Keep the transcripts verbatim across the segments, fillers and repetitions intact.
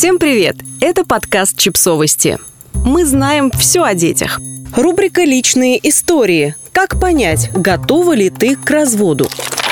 Всем привет! Это подкаст «Чипсовости». Мы знаем все о детях. Рубрика «Личные истории». Как понять, готова ли ты к разводу?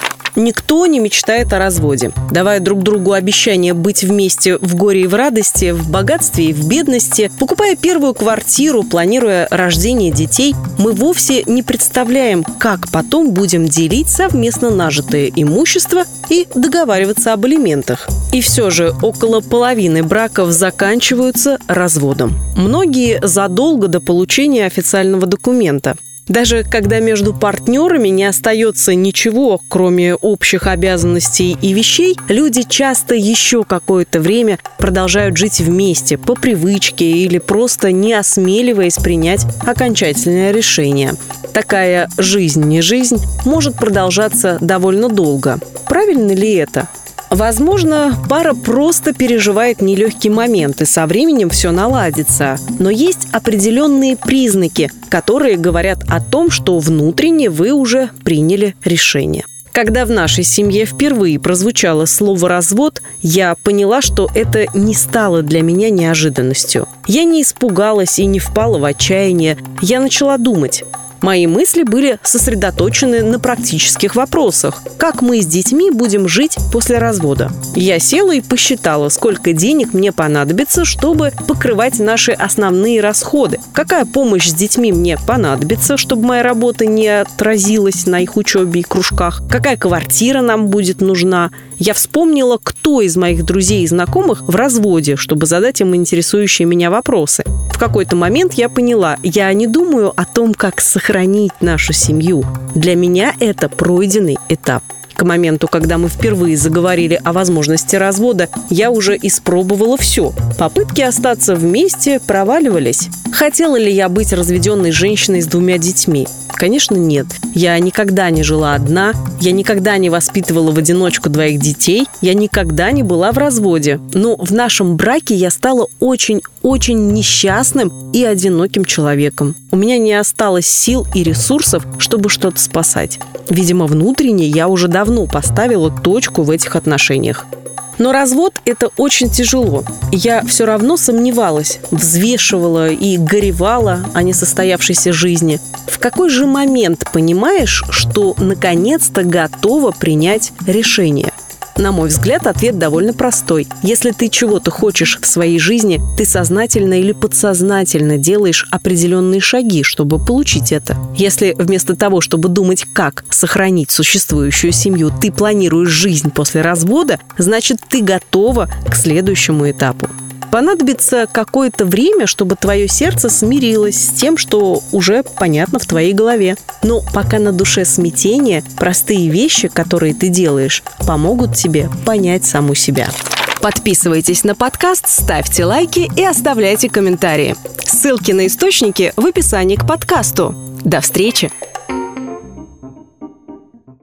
Никто не мечтает о разводе. Давая друг другу обещание быть вместе в горе и в радости, в богатстве и в бедности, покупая первую квартиру, планируя рождение детей, мы вовсе не представляем, как потом будем делить совместно нажитое имущество и договариваться об алиментах. И все же около половины браков заканчиваются разводом. Многие задолго до получения официального документа. Даже когда между партнерами не остается ничего, кроме общих обязанностей и вещей, люди часто еще какое-то время продолжают жить вместе по привычке или просто не осмеливаясь принять окончательное решение. Такая жизнь не жизнь может продолжаться довольно долго. Правильно ли это? Возможно, пара просто переживает нелегкий момент, и со временем все наладится. Но есть определенные признаки, которые говорят о том, что внутренне вы уже приняли решение. Когда в нашей семье впервые прозвучало слово «развод», я поняла, что это не стало для меня неожиданностью. Я не испугалась и не впала в отчаяние. Я начала думать. Мои мысли были сосредоточены на практических вопросах. Как мы с детьми будем жить после развода? Я села и посчитала, сколько денег мне понадобится, чтобы покрывать наши основные расходы. Какая помощь с детьми мне понадобится, чтобы моя работа не отразилась на их учебе и кружках? Какая квартира нам будет нужна? Я вспомнила, кто из моих друзей и знакомых в разводе, чтобы задать им интересующие меня вопросы. В какой-то момент я поняла, я не думаю о том, как сохранить нашу семью. Для меня это пройденный этап. К моменту, когда мы впервые заговорили о возможности развода, я уже испробовала все. Попытки остаться вместе проваливались. Хотела ли я быть разведенной женщиной с двумя детьми? Конечно, нет. Я никогда не жила одна, я никогда не воспитывала в одиночку двоих детей, я никогда не была в разводе. Но в нашем браке я стала очень-очень несчастным и одиноким человеком. У меня не осталось сил и ресурсов, чтобы что-то спасать. Видимо, внутренне я уже давно поставила точку в этих отношениях. Но развод – это очень тяжело. Я все равно сомневалась, взвешивала и горевала о несостоявшейся жизни. В какой же момент понимаешь, что наконец-то готова принять решение? На мой взгляд, ответ довольно простой. Если ты чего-то хочешь в своей жизни, ты сознательно или подсознательно делаешь определенные шаги, чтобы получить это. Если вместо того, чтобы думать, как сохранить существующую семью, ты планируешь жизнь после развода, значит, ты готова к следующему этапу. Понадобится какое-то время, чтобы твое сердце смирилось с тем, что уже понятно в твоей голове. Но пока на душе смятение, простые вещи, которые ты делаешь, помогут тебе понять саму себя. Подписывайтесь на подкаст, ставьте лайки и оставляйте комментарии. Ссылки на источники в описании к подкасту. До встречи!